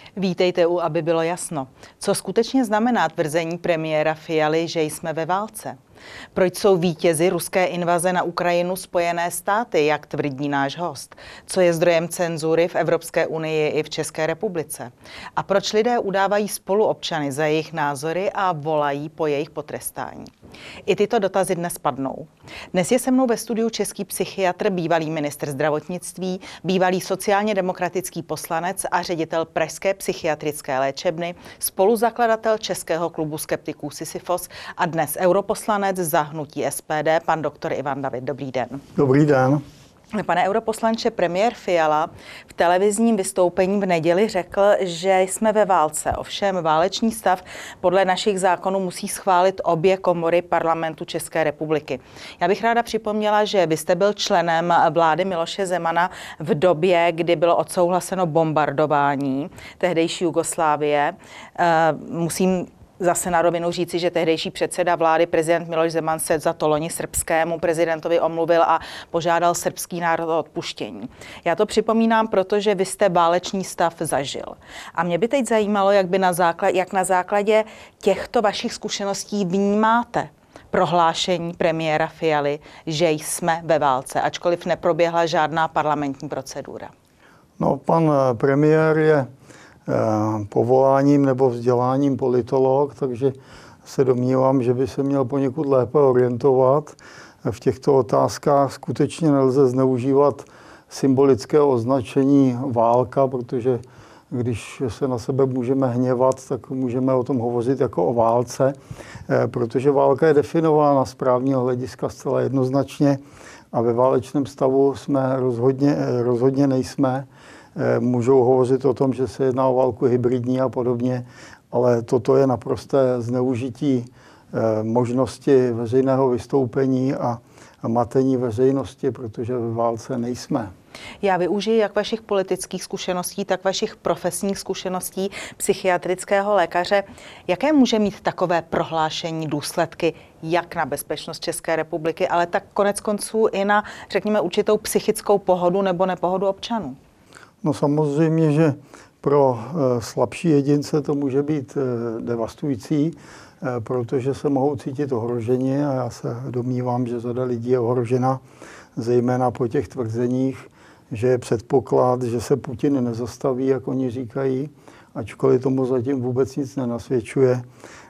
Vítejte u Aby bylo jasno. Co skutečně znamená tvrzení premiéra Fialy, že jsme ve válce? Proč jsou vítězi ruské invaze na Ukrajinu Spojené státy, jak tvrdí náš host? Co je zdrojem cenzury v Evropské unii i v České republice? A proč lidé udávají spoluobčany za jejich názory a volají po jejich potrestání? I tyto dotazy dnes padnou. Dnes je se mnou ve studiu český psychiatr, bývalý ministr zdravotnictví, bývalý sociálně demokratický poslanec a ředitel Pražské psychiatrické léčebny, spoluzakladatel Českého klubu skeptiků Sisyfos a dnes europoslanec za hnutí SPD, pan doktor Ivan David. Dobrý den. Dobrý den. Pane europoslanče, premiér Fiala v televizním vystoupení v neděli řekl, že jsme ve válce. Ovšem válečný stav podle našich zákonů musí schválit obě komory parlamentu České republiky. Já bych ráda připomněla, že vy jste byl členem vlády Miloše Zemana v době, kdy bylo odsouhlaseno bombardování tehdejší Jugoslávie. Musím zase na rovinu říci, že tehdejší předseda vlády, prezident Miloš Zeman, se za to loni srbskému prezidentovi omluvil a požádal srbský národ o odpuštění. Já to připomínám, protože vy jste válečný stav zažil. A mě by teď zajímalo, jak na základě těchto vašich zkušeností vnímáte prohlášení premiéra Fialy, že jsme ve válce, ačkoliv neproběhla žádná parlamentní procedura. No, pan premiér je povoláním nebo vzděláním politolog, takže se domnívám, že by se měl poněkud lépe orientovat. V těchto otázkách skutečně nelze zneužívat symbolického označení válka, protože když se na sebe můžeme hněvat, tak můžeme o tom hovořit jako o válce, protože válka je definována z právního hlediska zcela jednoznačně a ve válečném stavu jsme rozhodně nejsme. Můžou hovořit o tom, že se jedná o válku hybridní a podobně, ale toto je naprosté zneužití možnosti veřejného vystoupení a matení veřejnosti, protože ve válce nejsme. Já využiji jak vašich politických zkušeností, tak vašich profesních zkušeností psychiatrického lékaře. Jaké může mít takové prohlášení důsledky jak na bezpečnost České republiky, ale tak konec konců i na, řekněme, určitou psychickou pohodu nebo nepohodu občanů? No samozřejmě, že pro slabší jedince to může být devastující, protože se mohou cítit ohroženi a já se domnívám, že řada lidí je ohrožena, zejména po těch tvrzeních, že je předpoklad, že se Putin nezastaví, jak oni říkají, ačkoliv tomu zatím vůbec nic nenasvědčuje.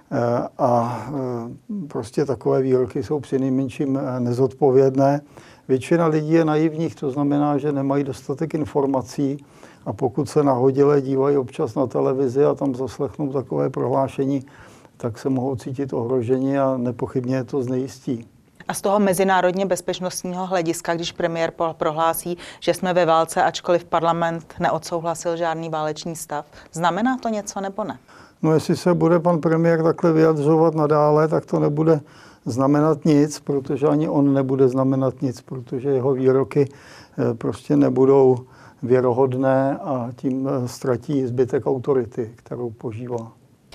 A prostě takové výroky jsou přinejmenším nezodpovědné. Většina lidí je naivních, to znamená, že nemají dostatek informací a pokud se nahodile dívají občas na televizi a tam zaslechnou takové prohlášení, tak se mohou cítit ohroženi a nepochybně je to znejistí. A z toho mezinárodně bezpečnostního hlediska, když premiér prohlásí, že jsme ve válce, ačkoliv parlament neodsouhlasil žádný válečný stav, znamená to něco nebo ne? No, jestli se bude pan premiér takhle vyjadřovat nadále, tak to nebude znamenat nic, protože ani on nebude znamenat nic, protože jeho výroky prostě nebudou věrohodné a tím ztratí zbytek autority, kterou požívá.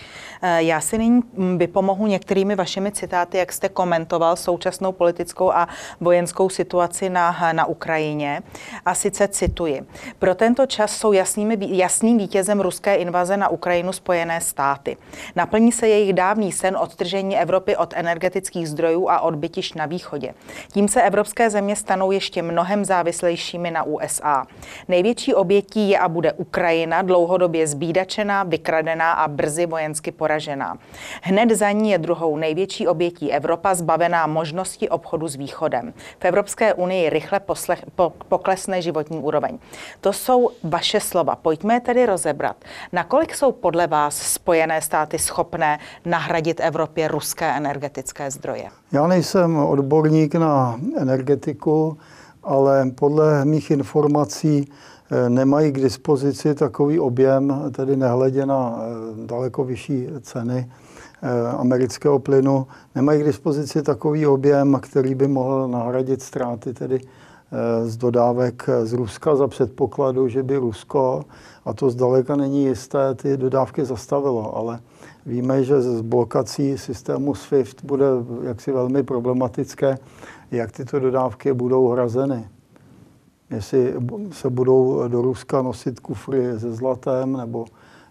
Já si nyní vypomohu některými vašimi citáty, jak jste komentoval současnou politickou a vojenskou situaci na Ukrajině. A sice cituji. Pro tento čas jsou jasným vítězem ruské invaze na Ukrajinu Spojené státy. Naplní se jejich dávný sen odtržení Evropy od energetických zdrojů a odbytišť na východě. Tím se evropské země stanou ještě mnohem závislejšími na USA. Největší obětí je a bude Ukrajina, dlouhodobě zbídačená, vykradená a brzy vojensky poražená. Hned za ní je druhou největší obětí Evropa, zbavená možnosti obchodu s východem. V Evropské unii rychle poklesne životní úroveň. To jsou vaše slova. Pojďme je tedy rozebrat. Nakolik jsou podle vás Spojené státy schopné nahradit Evropě ruské energetické zdroje? Já nejsem odborník na energetiku, ale podle mých informací nemají k dispozici takový objem, tedy nehledě na daleko vyšší ceny amerického plynu, nemají k dispozici takový objem, který by mohl nahradit ztráty tedy z dodávek z Ruska za předpokladu, že by Rusko, a to zdaleka není jisté, ty dodávky zastavilo, ale víme, že s blokací systému SWIFT bude jaksi velmi problematické, jak tyto dodávky budou hrazeny. Jestli se budou do Ruska nosit kufry se zlatem, nebo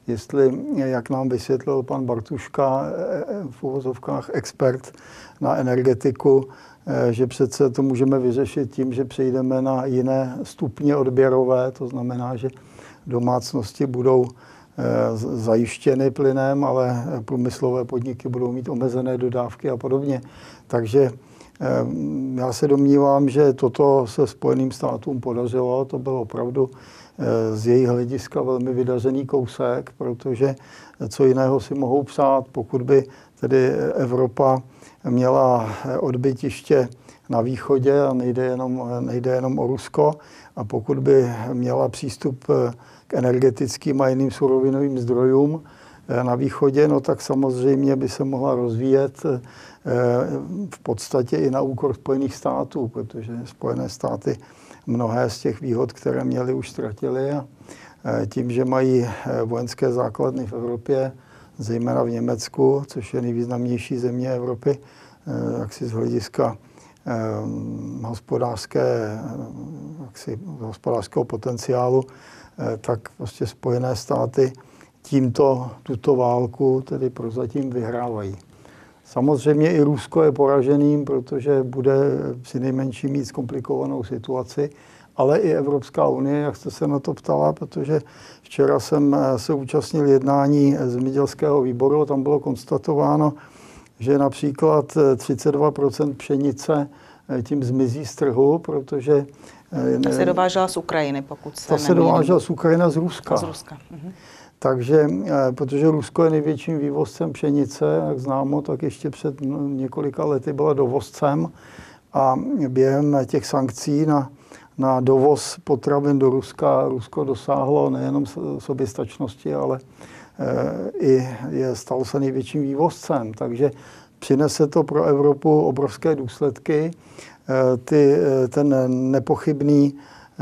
jestli, jak nám vysvětlil pan Bartuška, v uvozovkách expert na energetiku, že přece to můžeme vyřešit tím, že přejdeme na jiné stupně odběrové, to znamená, že domácnosti budou zajištěny plynem, ale průmyslové podniky budou mít omezené dodávky a podobně. Takže já se domnívám, že toto se Spojeným státům podařilo. To byl opravdu z jejich hlediska velmi vydařený kousek, protože co jiného si mohou přát, pokud by tedy Evropa měla odbytiště na východě a nejde jenom o Rusko, a pokud by měla přístup k energetickým a jiným surovinovým zdrojům na východě, no tak samozřejmě by se mohla rozvíjet v podstatě i na úkor Spojených států, protože Spojené státy mnohé z těch výhod, které měly, už ztratily, a tím, že mají vojenské základny v Evropě, zejména v Německu, což je nejvýznamnější země Evropy, jaksi z hlediska hospodářského potenciálu, tak prostě Spojené státy tuto válku tedy prozatím vyhrávají. Samozřejmě i Rusko je poraženým, protože bude přinejmenším mít zkomplikovanou situaci, ale i Evropská unie, jak jste se na to ptala, protože včera jsem se účastnil jednání zemědělského výboru, tam bylo konstatováno, že například 32% pšenice tím zmizí z trhu, protože... Ta se dovážela z Ukrajiny, pokud se nemýlím. Ta se dovážela z Ukrajiny a z Ruska. Z Ruska. Takže, protože Rusko je největším vývozcem pšenice, jak známo, tak ještě před několika lety byla dovozcem, a během těch sankcí na dovoz potravin do Ruska Rusko dosáhlo nejenom soběstačnosti, ale i stalo se největším vývozcem. Takže přinese to pro Evropu obrovské důsledky. Ten nepochybný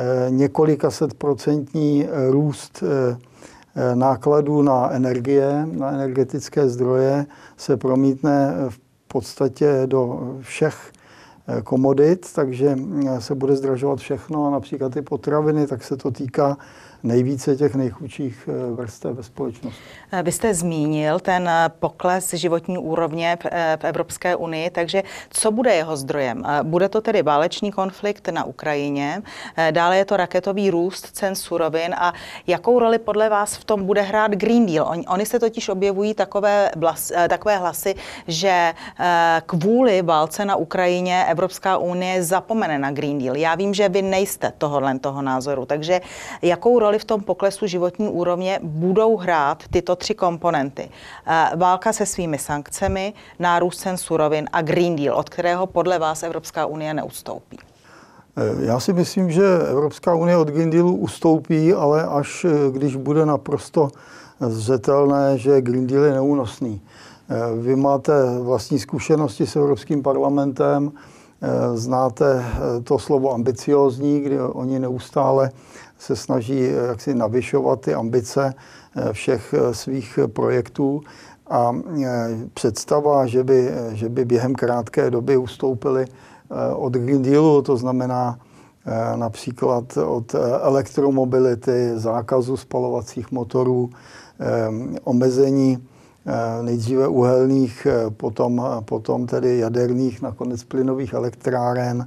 několikasetprocentní růst nákladů na energie, na energetické zdroje se promítne v podstatě do všech komodit, takže se bude zdražovat všechno, a například ty potraviny, tak se to týká nejvíce těch nejchudších vrstev ve společnosti. Vy jste zmínil ten pokles životní úrovně v Evropské unii, takže co bude jeho zdrojem? Bude to tedy válečný konflikt na Ukrajině, dále je to raketový růst cen surovin, a jakou roli podle vás v tom bude hrát Green Deal? Oni se totiž objevují takové hlasy, že kvůli válce na Ukrajině Evropská unie zapomene na Green Deal. Já vím, že vy nejste toho názoru, takže jakou roli v tom poklesu životní úrovně budou hrát tyto tři komponenty? Válka se svými sankcemi, nárůst cen surovin a Green Deal, od kterého podle vás Evropská unie neustoupí? Já si myslím, že Evropská unie od Green Dealu ustoupí, ale až když bude naprosto zřetelné, že Green Deal je neúnosný. Vy máte vlastní zkušenosti s Evropským parlamentem, znáte to slovo ambiciózní, kdy oni neustále se snaží jaksi navyšovat ty ambice všech svých projektů, a představa, že by během krátké doby ustoupili od Green Dealu, to znamená například od elektromobility, zákazu spalovacích motorů, omezení nejdříve uhelných, potom tedy jaderných, nakonec plynových elektráren,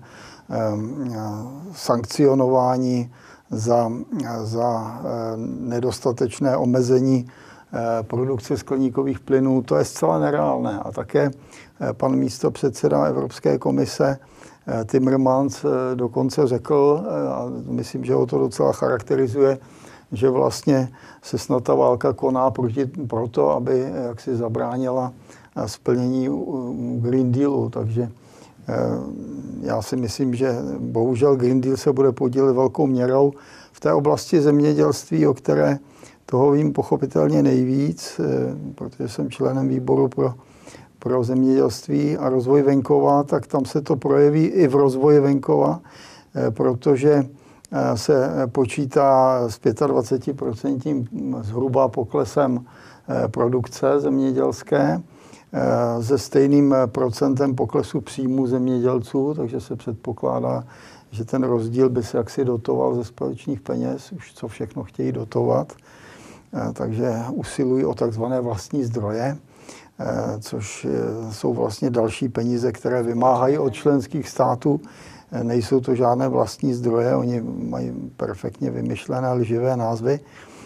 sankcionování za nedostatečné omezení produkce skleníkových plynů, to je zcela nereálné. A také pan místopředseda Evropské komise Timmermans dokonce řekl, a myslím, že ho to docela charakterizuje, že vlastně se snad ta válka koná proto, aby jaksi zabránila splnění Green Dealu. Takže já si myslím, že bohužel Green Deal se bude podílet velkou měrou v té oblasti zemědělství, o které toho vím pochopitelně nejvíc, protože jsem členem výboru pro zemědělství a rozvoj venkova, tak tam se to projeví i v rozvoji venkova, protože se počítá s 25% zhruba poklesem produkce zemědělské, se stejným procentem poklesu příjmů zemědělců, takže se předpokládá, že ten rozdíl by se jaksi dotoval ze společných peněz, už co všechno chtějí dotovat. takže usilují o takzvané vlastní zdroje, což jsou vlastně další peníze, které vymáhají od členských států. Nejsou to žádné vlastní zdroje, oni mají perfektně vymyšlené lživé názvy.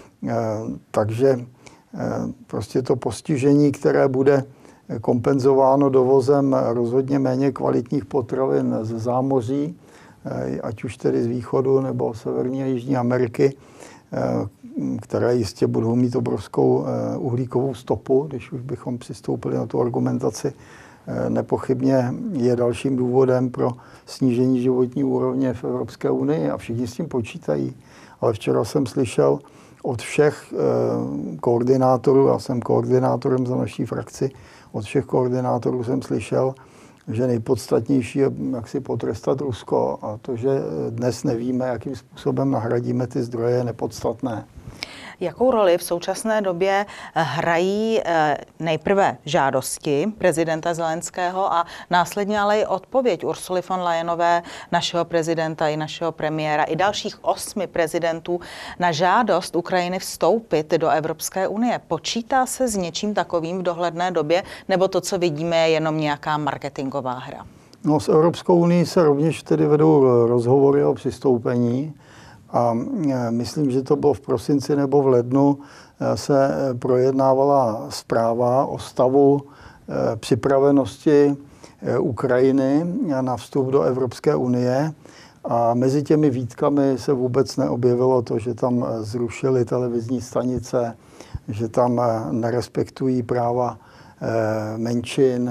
Takže prostě to postižení, které bude kompenzováno dovozem rozhodně méně kvalitních potravin ze zámoří, ať už tedy z východu nebo Severní a Jižní Ameriky, které jistě budou mít obrovskou uhlíkovou stopu, když už bychom přistoupili na tu argumentaci, nepochybně je dalším důvodem pro snížení životní úrovně v Evropské unii a všichni s tím počítají. Ale včera jsem slyšel od všech koordinátorů, já jsem koordinátorem za naší frakci, od všech koordinátorů jsem slyšel, že nejpodstatnější je jak si potrestat Rusko a to, že dnes nevíme, jakým způsobem nahradíme ty zdroje, je nepodstatné. Jakou roli v současné době hrají nejprve žádosti prezidenta Zelenského a následně ale i odpověď Ursuly von Leyenové, našeho prezidenta i našeho premiéra i dalších 8 prezidentů na žádost Ukrajiny vstoupit do Evropské unie? Počítá se s něčím takovým v dohledné době, nebo to, co vidíme, je jenom nějaká marketingová hra? No, s Evropskou unii se rovněž tedy vedou rozhovory o přistoupení. A myslím, že to bylo v prosinci nebo v lednu, se projednávala zpráva o stavu připravenosti Ukrajiny na vstup do Evropské unie. A mezi těmi výtkami se vůbec neobjevilo to, že tam zrušili televizní stanice, že tam nerespektují práva menšin,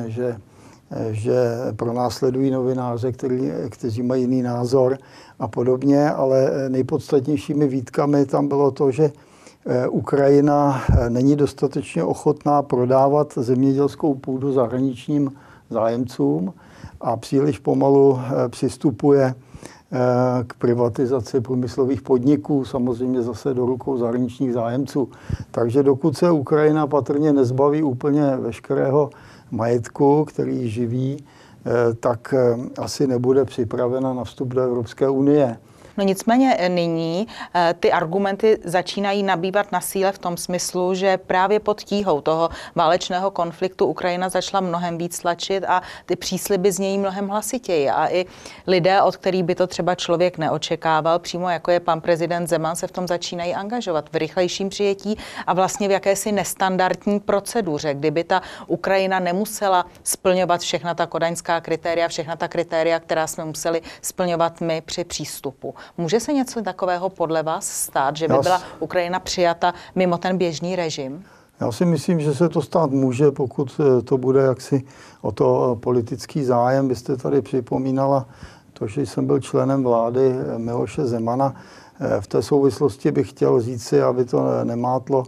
že pronásledují novináře, kteří mají jiný názor a podobně, ale nejpodstatnějšími výtkami tam bylo to, že Ukrajina není dostatečně ochotná prodávat zemědělskou půdu zahraničním zájemcům a příliš pomalu přistupuje k privatizaci průmyslových podniků, samozřejmě zase do rukou zahraničních zájemců. Takže dokud se Ukrajina patrně nezbaví úplně veškerého majetku, který živí, tak asi nebude připravena na vstup do Evropské unie. No nicméně nyní ty argumenty začínají nabývat na síle v tom smyslu, že právě pod tíhou toho válečného konfliktu Ukrajina začala mnohem víc tlačit a ty přísliby znějí mnohem hlasitěji. A i lidé, od kterých by to třeba člověk neočekával, přímo jako je pan prezident Zeman, se v tom začínají angažovat v rychlejším přijetí a vlastně v jakési nestandardní proceduře, kdyby ta Ukrajina nemusela splňovat všechna ta kodaňská kritéria, všechna ta kritéria, která jsme museli splňovat my při přístupu. Může se něco takového podle vás stát, že by byla Ukrajina přijata mimo ten běžný režim? Já si myslím, že se to stát může, pokud to bude jaksi o to politický zájem. Vy jste tady připomínala to, že jsem byl členem vlády Miloše Zemana. V té souvislosti bych chtěl říci, aby to nemátlo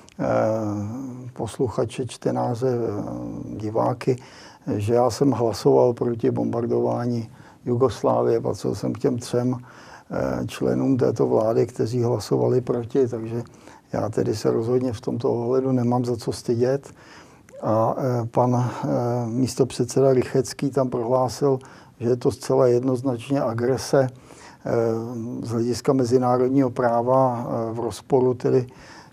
posluchače, čtenáře, diváky, že já jsem hlasoval proti bombardování Jugoslávie, patřil jsem k těm 3 členům této vlády, kteří hlasovali proti, takže já tedy se rozhodně v tomto ohledu nemám za co stydět. A pan místopředseda Rychecký tam prohlásil, že je to zcela jednoznačně agrese z hlediska mezinárodního práva v rozporu tedy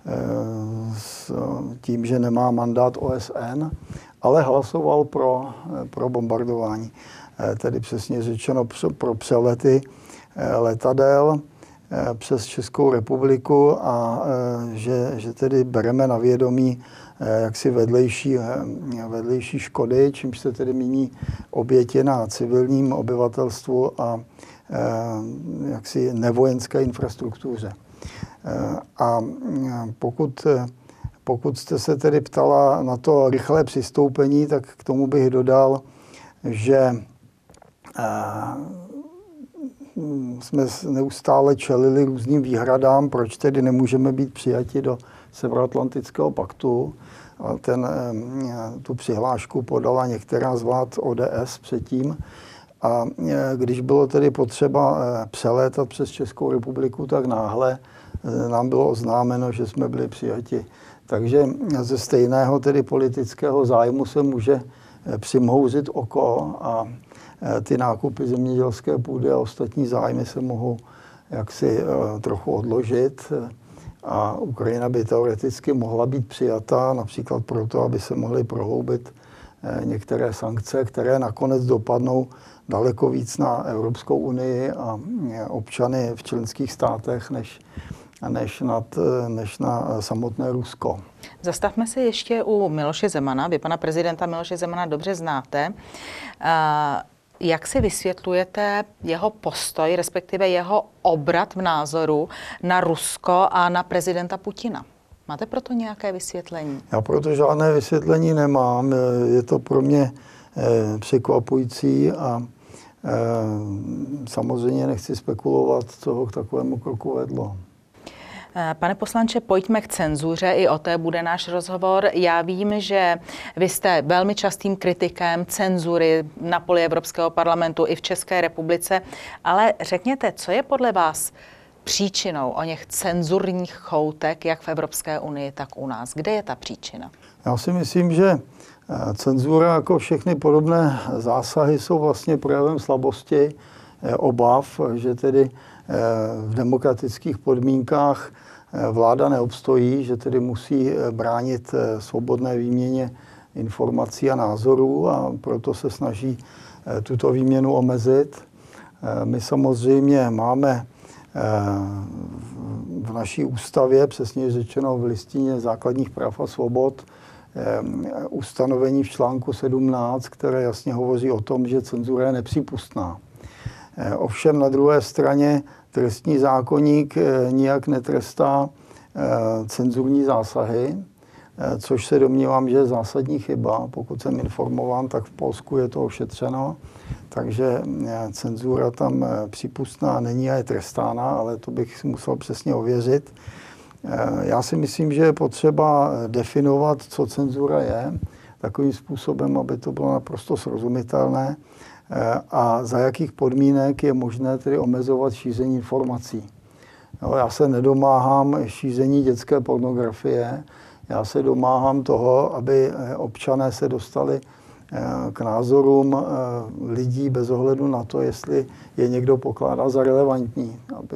s tím, že nemá mandát OSN, ale hlasoval pro bombardování. Tedy přesně řečeno pro přelety letadel přes Českou republiku a že tedy bereme na vědomí jaksi vedlejší škody, čímž se tedy míní oběti na civilním obyvatelstvu a jaksi nevojenské infrastruktuře. A pokud jste se tedy ptala na to rychlé přistoupení, tak k tomu bych dodal, že jsme neustále čelili různým výhradám, proč tedy nemůžeme být přijati do Severoatlantického paktu. A tu přihlášku podala některá z vlád ODS předtím. A když bylo tedy potřeba přelétat přes Českou republiku, tak náhle nám bylo oznámeno, že jsme byli přijati. Takže ze stejného tedy politického zájmu se může přimhouřit oko a ty nákupy zemědělské půdy a ostatní zájmy se mohou jaksi trochu odložit. A Ukrajina by teoreticky mohla být přijata například proto, aby se mohly prohloubit některé sankce, které nakonec dopadnou daleko víc na Evropskou unii a občany v členských státech, než na samotné Rusko. Zastavme se ještě u Miloše Zemana. Vy pana prezidenta Miloše Zemana dobře znáte. Jak si vysvětlujete jeho postoj, respektive jeho obrat v názoru na Rusko a na prezidenta Putina? Máte pro to nějaké vysvětlení? Já proto žádné vysvětlení nemám. Je to pro mě překvapující a samozřejmě nechci spekulovat, co ho k takovému kroku vedlo. Pane poslanče, pojďme k cenzuře, i o té bude náš rozhovor. Já vím, že vy jste velmi častým kritikem cenzury na poli Evropského parlamentu i v České republice, ale řekněte, co je podle vás příčinou o něch cenzurních choutek, jak v Evropské unii, tak u nás? Kde je ta příčina? Já si myslím, že cenzura, jako všechny podobné zásahy, jsou vlastně projevem slabosti, obav, že tedy v demokratických podmínkách vláda neobstojí, že tedy musí bránit svobodné výměně informací a názorů a proto se snaží tuto výměnu omezit. My samozřejmě máme v naší ústavě, přesně řečeno v listině základních práv a svobod, ustanovení v článku 17, které jasně hovoří o tom, že cenzura je nepřípustná. Ovšem na druhé straně trestní zákoník nijak netrestá cenzurní zásahy, což se domnívám, že je zásadní chyba. Pokud jsem informován, tak v Polsku je to ošetřeno, takže cenzura tam přípustná není a je trestána, ale to bych si musel přesně ověřit. Já si myslím, že je potřeba definovat, co cenzura je, takovým způsobem, aby to bylo naprosto srozumitelné a za jakých podmínek je možné tedy omezovat šíření informací. Jo, já se nedomáhám šíření dětské pornografie, já se domáhám toho, aby občané se dostali k názorům lidí bez ohledu na to, jestli je někdo pokládá za relevantní.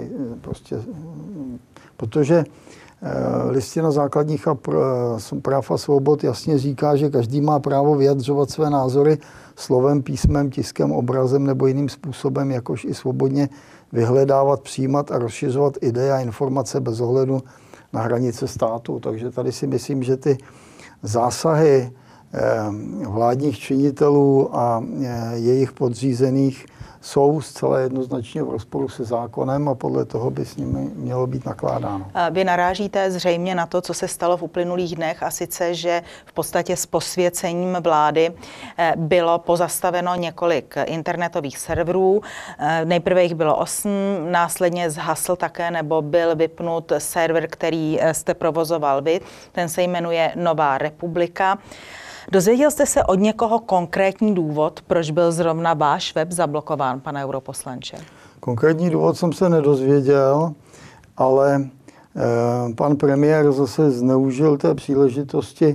Protože Listina základních práv a svobod jasně říká, že každý má právo vyjadřovat své názory slovem, písmem, tiskem, obrazem nebo jiným způsobem, jakož i svobodně vyhledávat, přijímat a rozšiřovat ideje a informace bez ohledu na hranice státu. Takže tady si myslím, že ty zásahy vládních činitelů a jejich podřízených jsou zcela jednoznačně v rozporu se zákonem a podle toho by s nimi mělo být nakládáno. Vy narážíte zřejmě na to, co se stalo v uplynulých dnech, a sice, že v podstatě s posvěcením vlády bylo pozastaveno několik internetových serverů. Nejprve jich bylo 8, následně zhasl také nebo byl vypnut server, který jste provozoval vy. Ten se jmenuje Nová republika. Dozvěděl jste se od někoho konkrétní důvod, proč byl zrovna váš web zablokován, pane europoslanče? Konkrétní důvod jsem se nedozvěděl, ale pan premiér zase zneužil té příležitosti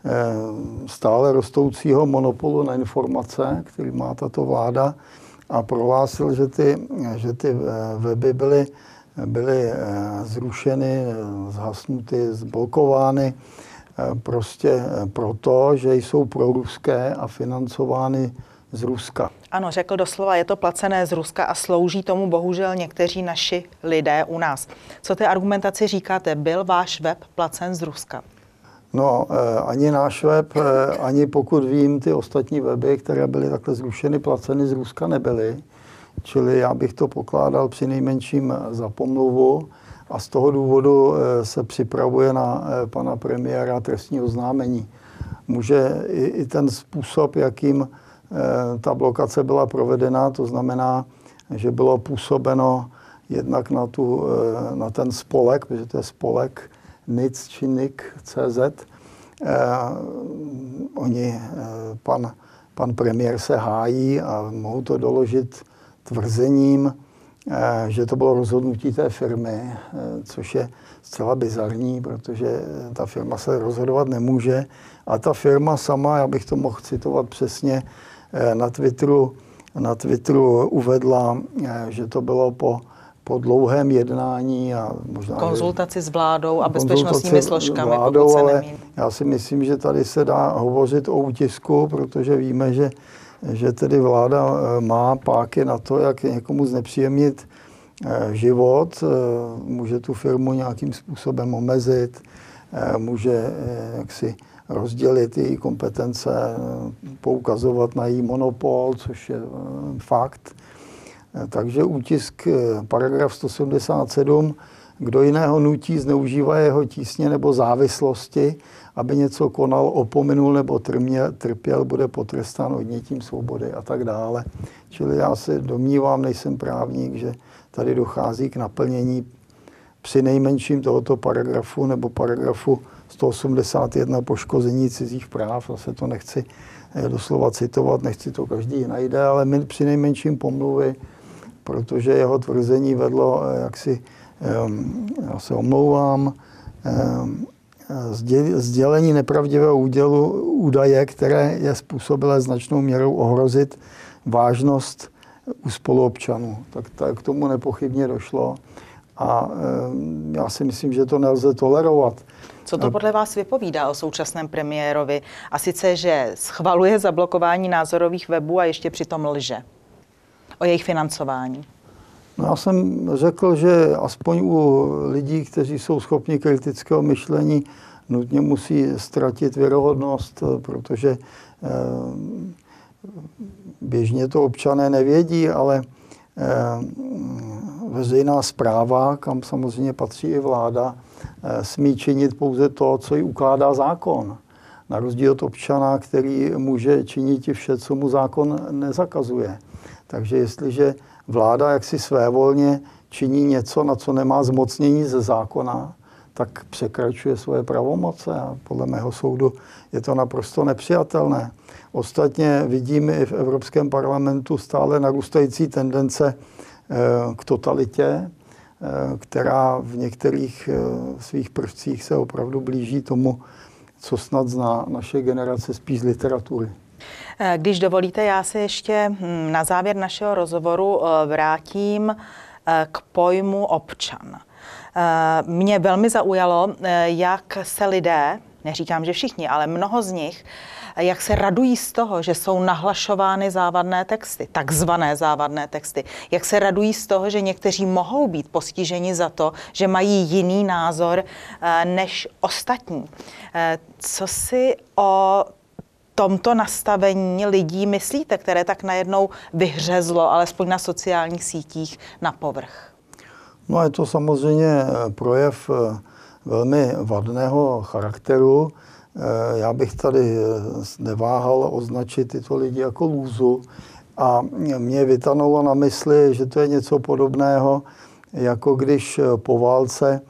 stále rostoucího monopolu na informace, který má tato vláda, a prohlásil, že ty weby byly zrušeny, zhasnuty, zblokovány, prostě proto, že jsou proruské a financovány z Ruska. Ano, řekl doslova, je to placené z Ruska a slouží tomu bohužel někteří naši lidé u nás. Co té argumentaci říkáte? Byl váš web placen z Ruska? No, ani náš web, ani pokud vím, ty ostatní weby, které byly takhle zrušeny, placeny z Ruska nebyly. Čili já bych to pokládal přinejmenším za pomluvu. A z toho důvodu se připravuje na pana premiéra trestní oznámení. Může i ten způsob, jakým ta blokace byla provedena, to znamená, že bylo působeno jednak na ten spolek, protože to je spolek NIC či NIC.cz. Pan premiér se hájí a mohou to doložit tvrzením, že to bylo rozhodnutí té firmy, což je zcela bizarní, protože ta firma se rozhodovat nemůže. A ta firma sama, já bych to mohl citovat přesně, na Twitteru uvedla, že to bylo po po dlouhém jednání a možná... Konzultaci s vládou a bezpečnostními složkami, pokud se nemýlím. Já si myslím, že tady se dá hovořit o útisku, protože víme, že tedy vláda má páky na to, jak někomu znepříjemnit život, může tu firmu nějakým způsobem omezit, může jaksi rozdělit její kompetence, poukazovat na její monopol, což je fakt. Takže útisk paragraf 177, kdo jiného nutí, zneužívá jeho tísně nebo závislosti, aby něco konal, opominul nebo trpěl, bude potrestán odnětím svobody a tak dále. Čili já se domnívám, nejsem právník, že tady dochází k naplnění přinejmenším tohoto paragrafu nebo paragrafu 181 poškození cizích práv. Zase to nechci doslova citovat, nechci to každý najde, ale my přinejmenším pomluvy, protože jeho tvrzení vedlo, já se omlouvám, sdělení nepravdivého údaje, které je způsobilé značnou měrou ohrozit vážnost u spoluobčanů. Tak k tomu nepochybně došlo a já si myslím, že to nelze tolerovat. Co to podle vás vypovídá o současném premiérovi? A sice, že schvaluje zablokování názorových webů a ještě přitom lže o jejich financování. No, já jsem řekl, že aspoň u lidí, kteří jsou schopni kritického myšlení, nutně musí ztratit věrohodnost, protože běžně to občané nevědí, ale veřejná správa, kam samozřejmě patří i vláda, smí činit pouze to, co jí ukládá zákon. Na rozdíl od občana, který může činit i vše, co mu zákon nezakazuje. Takže jestliže vláda jaksi svévolně činí něco, na co nemá zmocnění ze zákona, tak překračuje svoje pravomoce a podle mého soudu je to naprosto nepřijatelné. Ostatně vidíme i v Evropském parlamentu stále narůstající tendence k totalitě, která v některých svých prvcích se opravdu blíží tomu, co snad zná naše generace spíš z literatury. Když dovolíte, já se ještě na závěr našeho rozhovoru vrátím k pojmu občan. Mě velmi zaujalo, jak se lidé, neříkám, že všichni, ale mnoho z nich, jak se radují z toho, že jsou nahlašovány závadné texty, takzvané závadné texty. Jak se radují z toho, že někteří mohou být postiženi za to, že mají jiný názor než ostatní. Co si o tomto nastavení lidí myslíte, které tak najednou vyhřezlo, alespoň na sociálních sítích, na povrch? No, je to samozřejmě projev velmi vadného charakteru. Já bych tady neváhal označit tyto lidi jako lůzu a mě vytanulo na mysli, že to je něco podobného, jako když po válce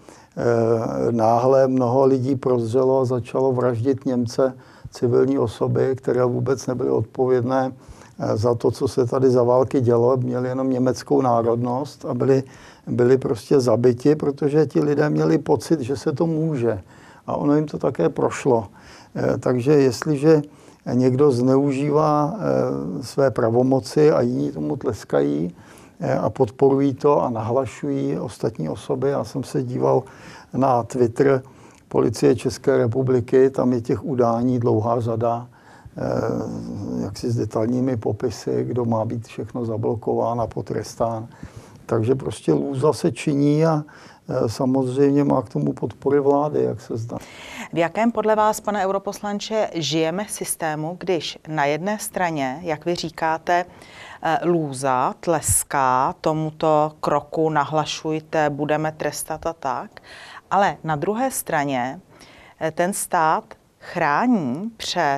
náhle mnoho lidí prozřelo a začalo vraždit Němce, civilní osoby, které vůbec nebyly odpovědné za to, co se tady za války dělo, měli jenom německou národnost a byli prostě zabiti, protože ti lidé měli pocit, že se to může. A ono jim to také prošlo. Takže jestliže někdo zneužívá své pravomoci a jiní tomu tleskají a podporují to a nahlašují ostatní osoby, já jsem se díval na Twitter Policie České republiky, tam je těch udání dlouhá řada, jaksi s detailními popisy, kdo má být všechno zablokován a potrestán. Takže prostě lůza se činí a samozřejmě má k tomu podpory vlády, jak se zdá. V jakém podle vás, pane europoslanče, žijeme systému, když na jedné straně, jak vy říkáte, lůza tleská tomuto kroku, nahlašujte, budeme trestat a tak, ale na druhé straně ten stát chrání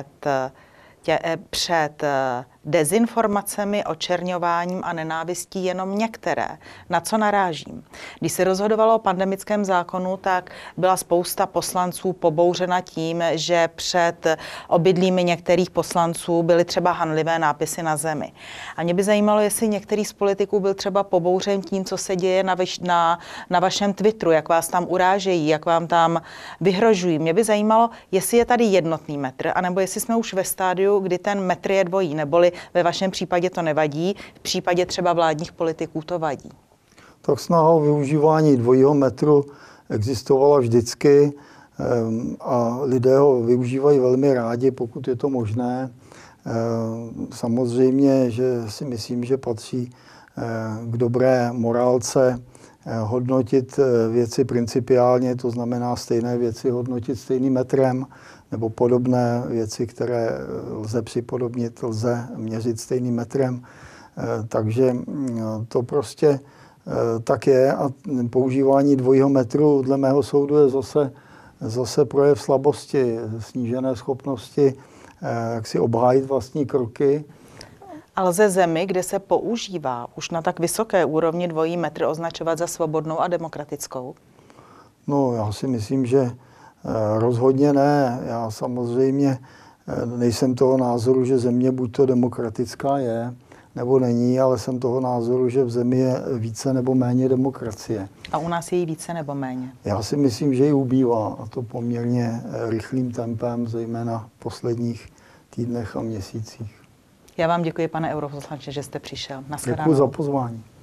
před dezinformacemi, očerňováním a nenávistí jenom některé. Na co narážím? Když se rozhodovalo o pandemickém zákonu, tak byla spousta poslanců pobouřena tím, že před obydlími některých poslanců byly třeba hanlivé nápisy na zemi. A mě by zajímalo, jestli některý z politiků byl třeba pobouřen tím, co se děje na vašem Twitteru, jak vás tam urážejí, jak vám tam vyhrožují. Mě by zajímalo, jestli je tady jednotný metr, anebo jestli jsme už ve stádiu, kdy ten metr je dvojí, neboli ve vašem případě to nevadí, v případě třeba vládních politiků to vadí. Tak snaha o využívání dvojího metru existovala vždycky a lidé ho využívají velmi rádi, pokud je to možné. Samozřejmě, že si myslím, že patří k dobré morálce hodnotit věci principiálně, to znamená stejné věci hodnotit stejným metrem, nebo podobné věci, které lze připodobnit, lze měřit stejným metrem. Takže to prostě tak je a používání dvojího metru dle mého soudu je zase projev slabosti, snížené schopnosti jak si obhájit vlastní kroky. A lze zemi, kde se používá už na tak vysoké úrovni dvojí metr, označovat za svobodnou a demokratickou? No, já si myslím, že rozhodně ne. Já samozřejmě nejsem toho názoru, že země buď to demokratická je, nebo není, ale jsem toho názoru, že v zemi je více nebo méně demokracie. A u nás je jí více nebo méně? Já si myslím, že ji ubývá, a to poměrně rychlým tempem, zejména v posledních týdnech a měsících. Já vám děkuji, pane europoslanče, že jste přišel. Děkuji za pozvání.